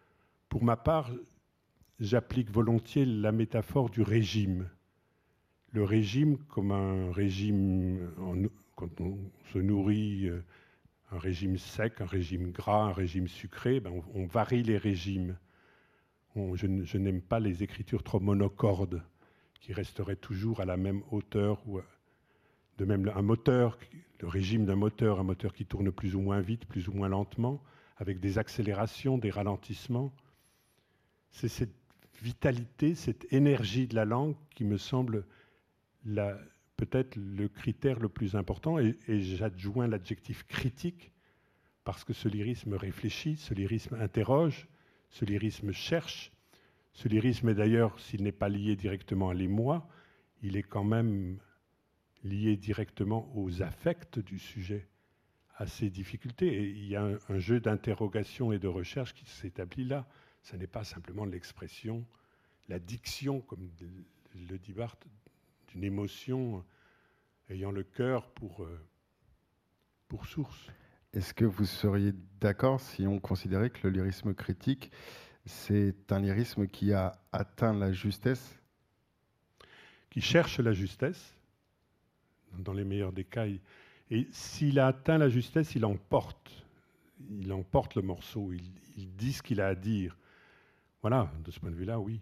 Pour ma part, j'applique volontiers la métaphore du régime. Le régime comme un régime, en, quand on se nourrit, un régime sec, un régime gras, un régime sucré, ben on, on varie les régimes. On, je, je n'aime pas les écritures trop monocordes, qui resteraient toujours à la même hauteur. Ou de même, un moteur, le régime d'un moteur, un moteur qui tourne plus ou moins vite, plus ou moins lentement, avec des accélérations, des ralentissements. C'est cette vitalité, cette énergie de la langue qui me semble peut-être le critère le plus important, et, et j'adjoins l'adjectif critique, parce que ce lyrisme réfléchit, ce lyrisme interroge, ce lyrisme cherche. Ce lyrisme est d'ailleurs, s'il n'est pas lié directement à l'émoi, il est quand même lié directement aux affects du sujet, à ses difficultés. Et il y a un, un jeu d'interrogation et de recherche qui s'établit là. Ce n'est pas simplement l'expression, la diction, comme le dit Barthes, d'une émotion ayant le cœur pour, pour source. Est-ce que vous seriez d'accord si on considérait que le lyrisme critique, c'est un lyrisme qui a atteint la justesse? Qui cherche la justesse, dans les meilleurs des cas. Et s'il a atteint la justesse, il emporte. Il emporte le morceau, il, il dit ce qu'il a à dire. Voilà, de ce point de vue-là, oui.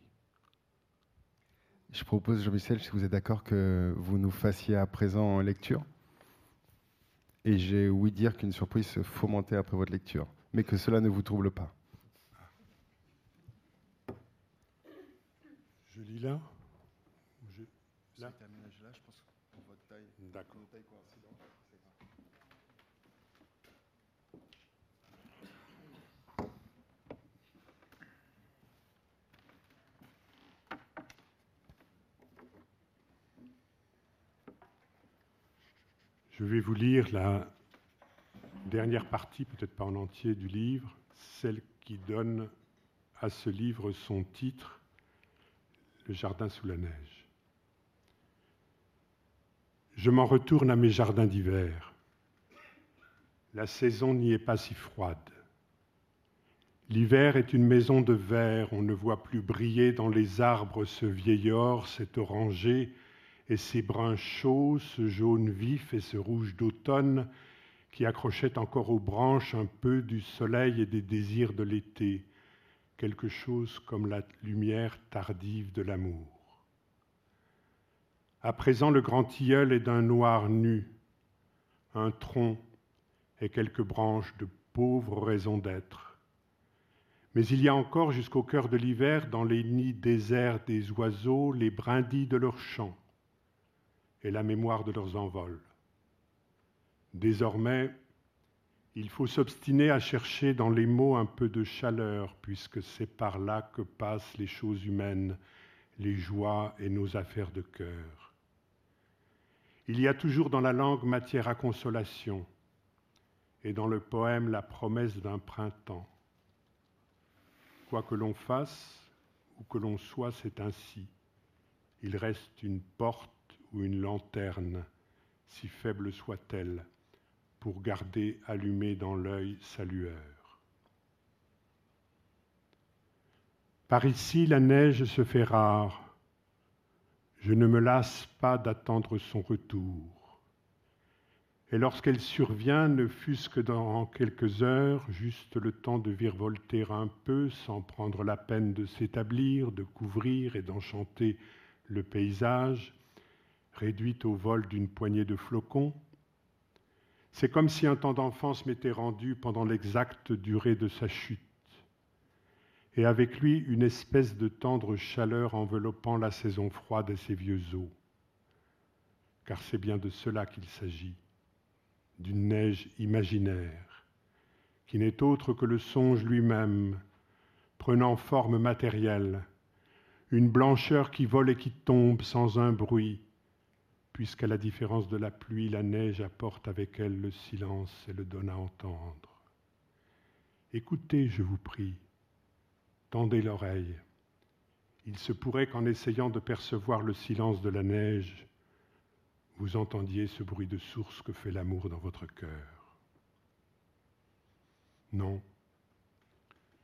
Je propose, Jean-Michel, si vous êtes d'accord, que vous nous fassiez à présent en lecture. Et j'ai ouï dire qu'une surprise se fomentait après votre lecture, mais que cela ne vous trouble pas. Je lis là. Je... Là, là, je pense pour votre taille. D'accord. Je vais vous lire la dernière partie, peut-être pas en entier, du livre, celle qui donne à ce livre son titre, Le jardin sous la neige. Je m'en retourne à mes jardins d'hiver. La saison n'y est pas si froide. L'hiver est une maison de verre, on ne voit plus briller dans les arbres ce vieil or, cet oranger, et ces bruns chauds, ce jaune vif et ce rouge d'automne qui accrochaient encore aux branches un peu du soleil et des désirs de l'été, quelque chose comme la lumière tardive de l'amour. À présent, le grand tilleul est d'un noir nu, un tronc et quelques branches de pauvres raisons d'être. Mais il y a encore jusqu'au cœur de l'hiver, dans les nids déserts des oiseaux, les brindilles de leurs chants et la mémoire de leurs envols. Désormais, il faut s'obstiner à chercher dans les mots un peu de chaleur, puisque c'est par là que passent les choses humaines, les joies et nos affaires de cœur. Il y a toujours dans la langue matière à consolation, et dans le poème la promesse d'un printemps. Quoi que l'on fasse, ou que l'on soit, c'est ainsi. Il reste une porte ou une lanterne, si faible soit-elle, pour garder allumée dans l'œil sa lueur. Par ici, la neige se fait rare. Je ne me lasse pas d'attendre son retour. Et lorsqu'elle survient, ne fût-ce que dans quelques heures, juste le temps de virevolter un peu, sans prendre la peine de s'établir, de couvrir et d'enchanter le paysage, réduite au vol d'une poignée de flocons, c'est comme si un temps d'enfance m'était rendu pendant l'exacte durée de sa chute, et avec lui une espèce de tendre chaleur enveloppant la saison froide et ses vieux os. Car c'est bien de cela qu'il s'agit, d'une neige imaginaire, qui n'est autre que le songe lui-même, prenant forme matérielle, une blancheur qui vole et qui tombe sans un bruit, puisqu'à la différence de la pluie, la neige apporte avec elle le silence et le donne à entendre. Écoutez, je vous prie, tendez l'oreille. Il se pourrait qu'en essayant de percevoir le silence de la neige, vous entendiez ce bruit de source que fait l'amour dans votre cœur. Non,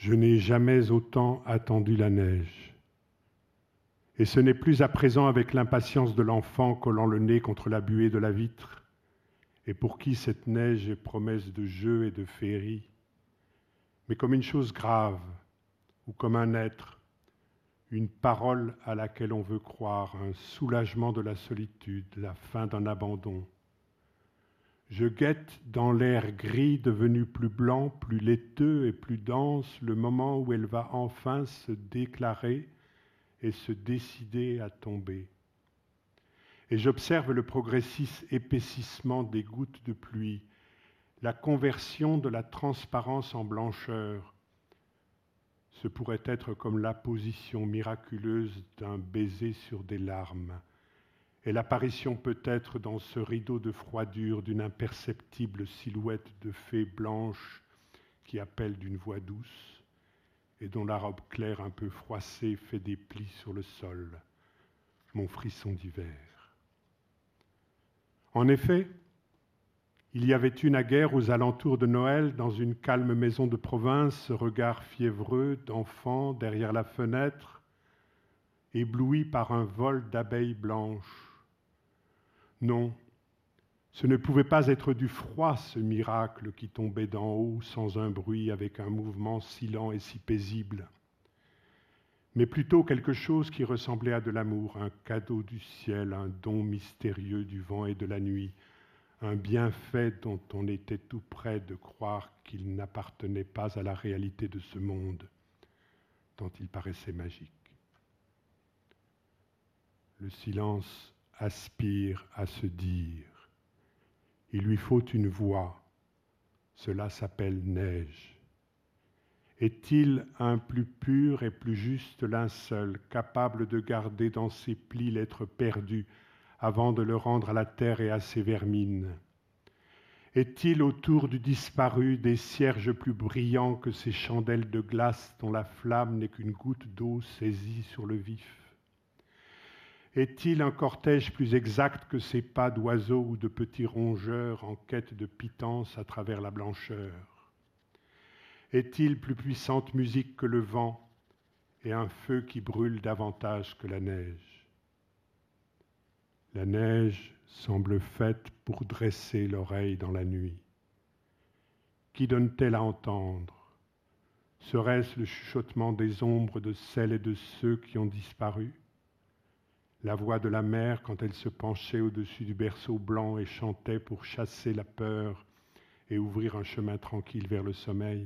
Je n'ai jamais autant attendu la neige. Et ce n'est plus à présent avec l'impatience de l'enfant collant le nez contre la buée de la vitre, et pour qui cette neige est promesse de jeu et de féerie, mais comme une chose grave, ou comme un être, une parole à laquelle on veut croire, un soulagement de la solitude, la fin d'un abandon. Je guette dans l'air gris devenu plus blanc, plus laiteux et plus dense le moment où elle va enfin se déclarer et se décider à tomber. Et j'observe le progressif épaississement des gouttes de pluie, la conversion de la transparence en blancheur. Ce pourrait être comme l'apposition miraculeuse d'un baiser sur des larmes, et l'apparition peut-être dans ce rideau de froidure d'une imperceptible silhouette de fée blanche qui appelle d'une voix douce et dont la robe claire un peu froissée fait des plis sur le sol, mon frisson d'hiver. En effet, il y avait eu naguère aux alentours de Noël, dans une calme maison de province, ce regard fiévreux d'enfant derrière la fenêtre, ébloui par un vol d'abeilles blanches. Non, ce ne pouvait pas être du froid, ce miracle qui tombait d'en haut sans un bruit, avec un mouvement si lent et si paisible, mais plutôt quelque chose qui ressemblait à de l'amour, un cadeau du ciel, un don mystérieux du vent et de la nuit, un bienfait dont on était tout près de croire qu'il n'appartenait pas à la réalité de ce monde, dont il paraissait magique. Le silence aspire à se dire. Il lui faut une voix. Cela s'appelle neige. Est-il un plus pur et plus juste linceul, capable de garder dans ses plis l'être perdu avant de le rendre à la terre et à ses vermines? Est-il autour du disparu des cierges plus brillants que ces chandelles de glace dont la flamme n'est qu'une goutte d'eau saisie sur le vif? Est-il un cortège plus exact que ces pas d'oiseaux ou de petits rongeurs en quête de pitance à travers la blancheur? Est-il plus puissante musique que le vent et un feu qui brûle davantage que la neige? La neige semble faite pour dresser l'oreille dans la nuit. Qui donne-t-elle à entendre? Serait-ce le chuchotement des ombres de celles et de ceux qui ont disparu? La voix de la mère quand elle se penchait au-dessus du berceau blanc et chantait pour chasser la peur et ouvrir un chemin tranquille vers le sommeil?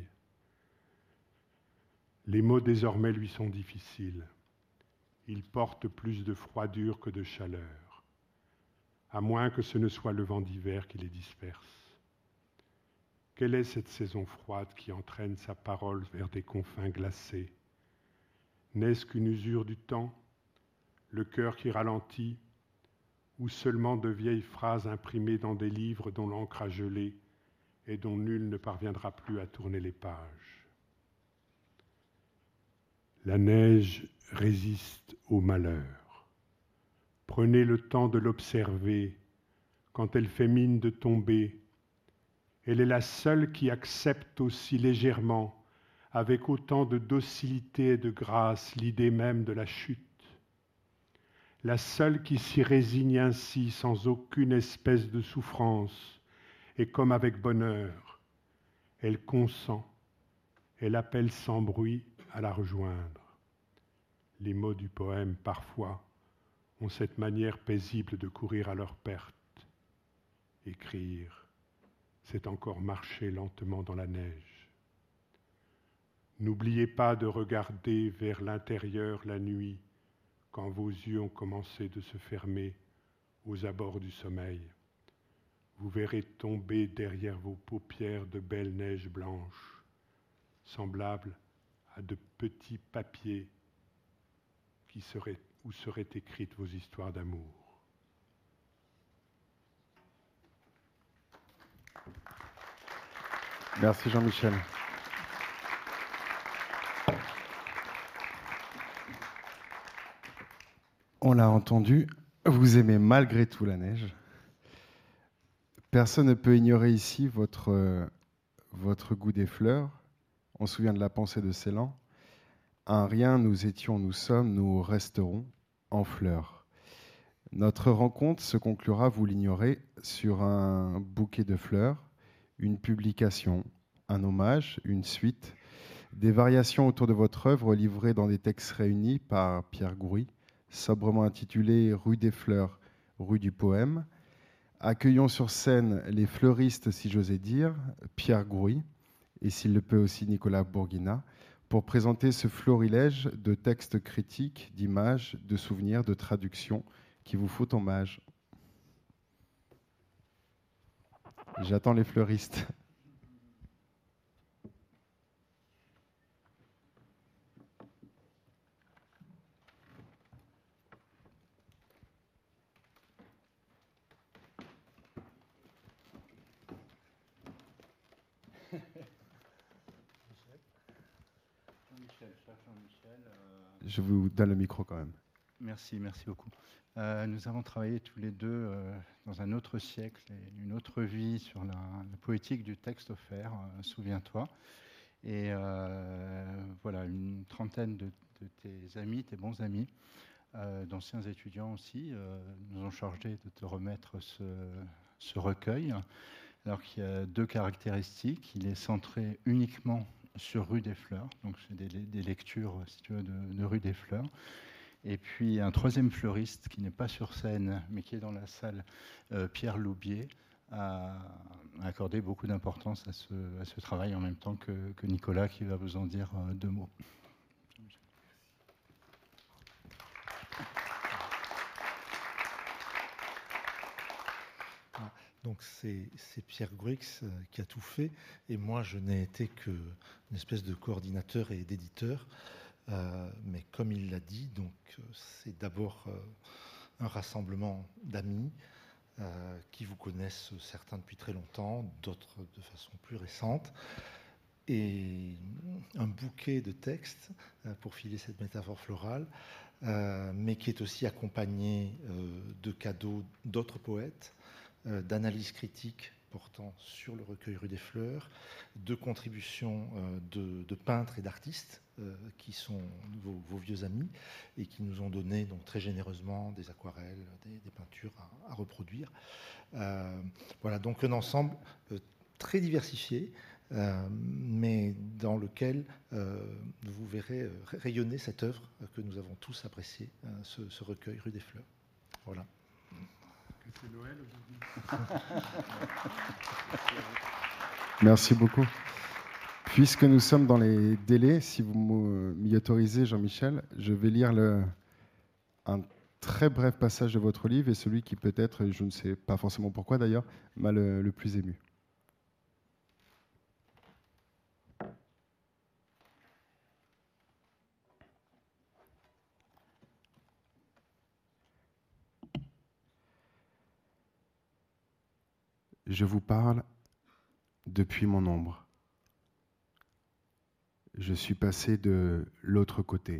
Les mots désormais lui sont difficiles. Ils portent plus de froidure que de chaleur, à moins que ce ne soit le vent d'hiver qui les disperse. Quelle est cette saison froide qui entraîne sa parole vers des confins glacés? N'est-ce qu'une usure du temps, le cœur qui ralentit, ou seulement de vieilles phrases imprimées dans des livres dont l'encre a gelé et dont nul ne parviendra plus à tourner les pages? La neige résiste au malheur. Prenez le temps de l'observer quand elle fait mine de tomber. Elle est la seule qui accepte aussi légèrement, avec autant de docilité et de grâce, l'idée même de la chute. La seule qui s'y résigne ainsi, sans aucune espèce de souffrance, et comme avec bonheur. Elle consent, elle appelle sans bruit à la rejoindre. Les mots du poème, parfois, ont cette manière paisible de courir à leur perte. Écrire, c'est encore marcher lentement dans la neige. N'oubliez pas de regarder vers l'intérieur la nuit, quand vos yeux ont commencé de se fermer aux abords du sommeil. Vous verrez tomber derrière vos paupières de belles neiges blanches, semblables à de petits papiers qui seraient, où seraient écrites vos histoires d'amour. Merci Jean-Michel. On l'a entendu, vous aimez malgré tout la neige. Personne ne peut ignorer ici votre, votre goût des fleurs, On se souvient de la pensée de Ceylan. Un rien, nous étions, nous sommes, nous resterons en fleurs. Notre rencontre se conclura, vous l'ignorez, sur un bouquet de fleurs, une publication, un hommage, une suite, des variations autour de votre œuvre livrées dans des textes réunis par Pierre Goury, sobrement intitulé Rue des Fleurs, rue du Poème. Accueillons sur scène les fleuristes, si j'osais dire, Pierre Goury, et s'il le peut aussi Nicolas Bourguina, pour présenter ce florilège de textes critiques, d'images, de souvenirs, de traductions qui vous faut hommage. J'attends les fleuristes. Je vous donne le micro quand même. Merci, merci beaucoup. Euh, nous avons travaillé tous les deux euh, dans un autre siècle et une autre vie sur la, la poétique du texte offert, euh, souviens-toi. Et euh, voilà, une trentaine de, de tes amis, tes bons amis, euh, d'anciens étudiants aussi, euh, nous ont chargé de te remettre ce, ce recueil. Alors qu'il y a deux caractéristiques. Il est centré uniquement sur Rue des Fleurs, donc c'est des, des lectures, si tu veux, de, de Rue des Fleurs. Et puis un troisième fleuriste qui n'est pas sur scène, mais qui est dans la salle, euh, Pierre Loubier, a, a accordé beaucoup d'importance à ce, à ce travail, en même temps que, que Nicolas, qui va vous en dire euh, deux mots. Donc c'est Pierre Goury qui a tout fait, et moi je n'ai été qu'une espèce de coordinateur et d'éditeur. Euh, mais comme il l'a dit, donc c'est d'abord euh, un rassemblement d'amis euh, qui vous connaissent, certains depuis très longtemps, d'autres de façon plus récente, et un bouquet de textes euh, pour filer cette métaphore florale, euh, mais qui est aussi accompagné euh, de cadeaux d'autres poètes, euh, d'analyses critiques portant sur le recueil Rue des Fleurs, de contributions euh, de, de peintres et d'artistes euh, qui sont vos, vos vieux amis et qui nous ont donné donc, très généreusement des aquarelles, des, des peintures à, à reproduire. Euh, voilà, donc un ensemble euh, très diversifié, euh, mais dans lequel euh, vous verrez euh, rayonner cette œuvre que nous avons tous appréciée, euh, ce, ce recueil Rue des Fleurs. Voilà. C'est Noël aujourd'hui. Merci beaucoup. Puisque nous sommes dans les délais, si vous m'y autorisez, Jean-Michel, je vais lire le, un très bref passage de votre livre et celui qui peut-être, je ne sais pas forcément pourquoi d'ailleurs, m'a le, le plus ému. Je vous parle depuis mon ombre. Je suis passé de l'autre côté,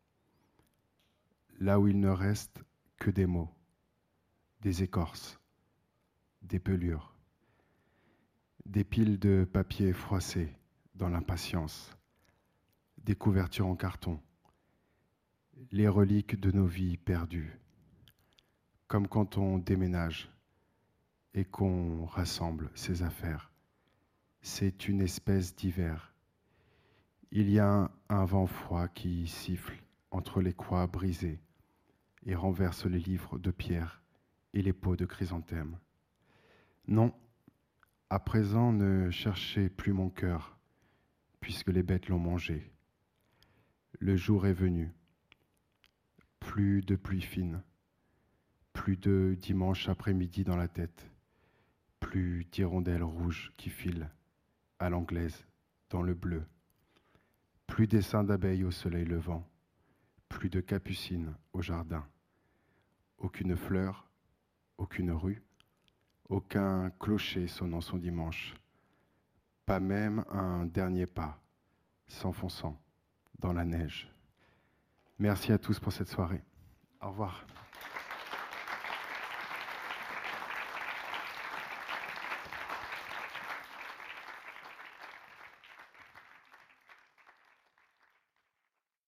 là où il ne reste que des mots, des écorces, des pelures, des piles de papier froissé dans l'impatience, des couvertures en carton, les reliques de nos vies perdues, comme quand on déménage et qu'on rassemble ses affaires. C'est une espèce d'hiver. Il y a un, un vent froid qui siffle entre les croix brisées et renverse les livres de pierre et les pots de chrysanthème. Non, à présent ne cherchez plus mon cœur, puisque les bêtes l'ont mangé. Le jour est venu. Plus de pluie fine, plus de dimanche après-midi dans la tête, plus d'hirondelles rouges qui filent à l'anglaise dans le bleu, plus d'essaims d'abeilles au soleil levant, plus de capucines au jardin, aucune fleur, aucune rue, aucun clocher sonnant son dimanche, pas même un dernier pas s'enfonçant dans la neige. Merci à tous pour cette soirée. Au revoir.